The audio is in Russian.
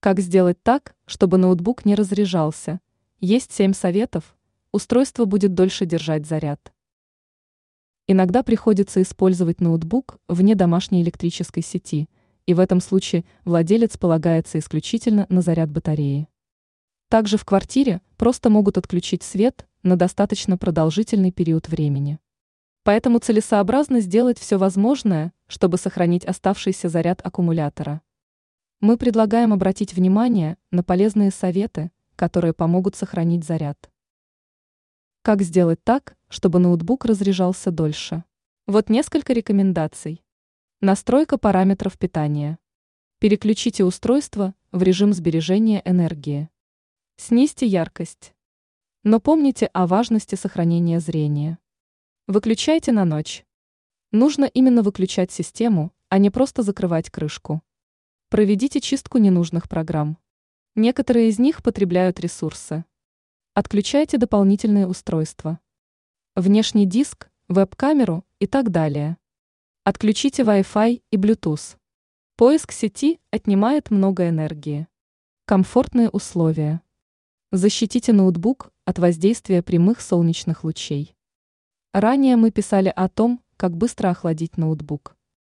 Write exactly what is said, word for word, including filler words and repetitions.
Как сделать так, чтобы ноутбук не разряжался? Есть семь советов. Устройство будет дольше держать заряд. Иногда приходится использовать ноутбук вне домашней электрической сети, и в этом случае владелец полагается исключительно на заряд батареи. Также в квартире просто могут отключить свет на достаточно продолжительный период времени. Поэтому целесообразно сделать все возможное, чтобы сохранить оставшийся заряд аккумулятора. Мы предлагаем обратить внимание на полезные советы, которые помогут сохранить заряд. Как сделать так, чтобы ноутбук разряжался дольше? Вот несколько рекомендаций. Настройка параметров питания. Переключите устройство в режим сбережения энергии. Снизьте яркость. Но помните о важности сохранения зрения. Выключайте на ночь. Нужно именно выключать систему, а не просто закрывать крышку. Проведите чистку ненужных программ. Некоторые из них потребляют ресурсы. Отключайте дополнительные устройства. Внешний диск, веб-камеру и так далее. Отключите Wi-Fi и Bluetooth. Поиск сети отнимает много энергии. Комфортные условия. Защитите ноутбук от воздействия прямых солнечных лучей. Ранее мы писали о том, как быстро охладить ноутбук.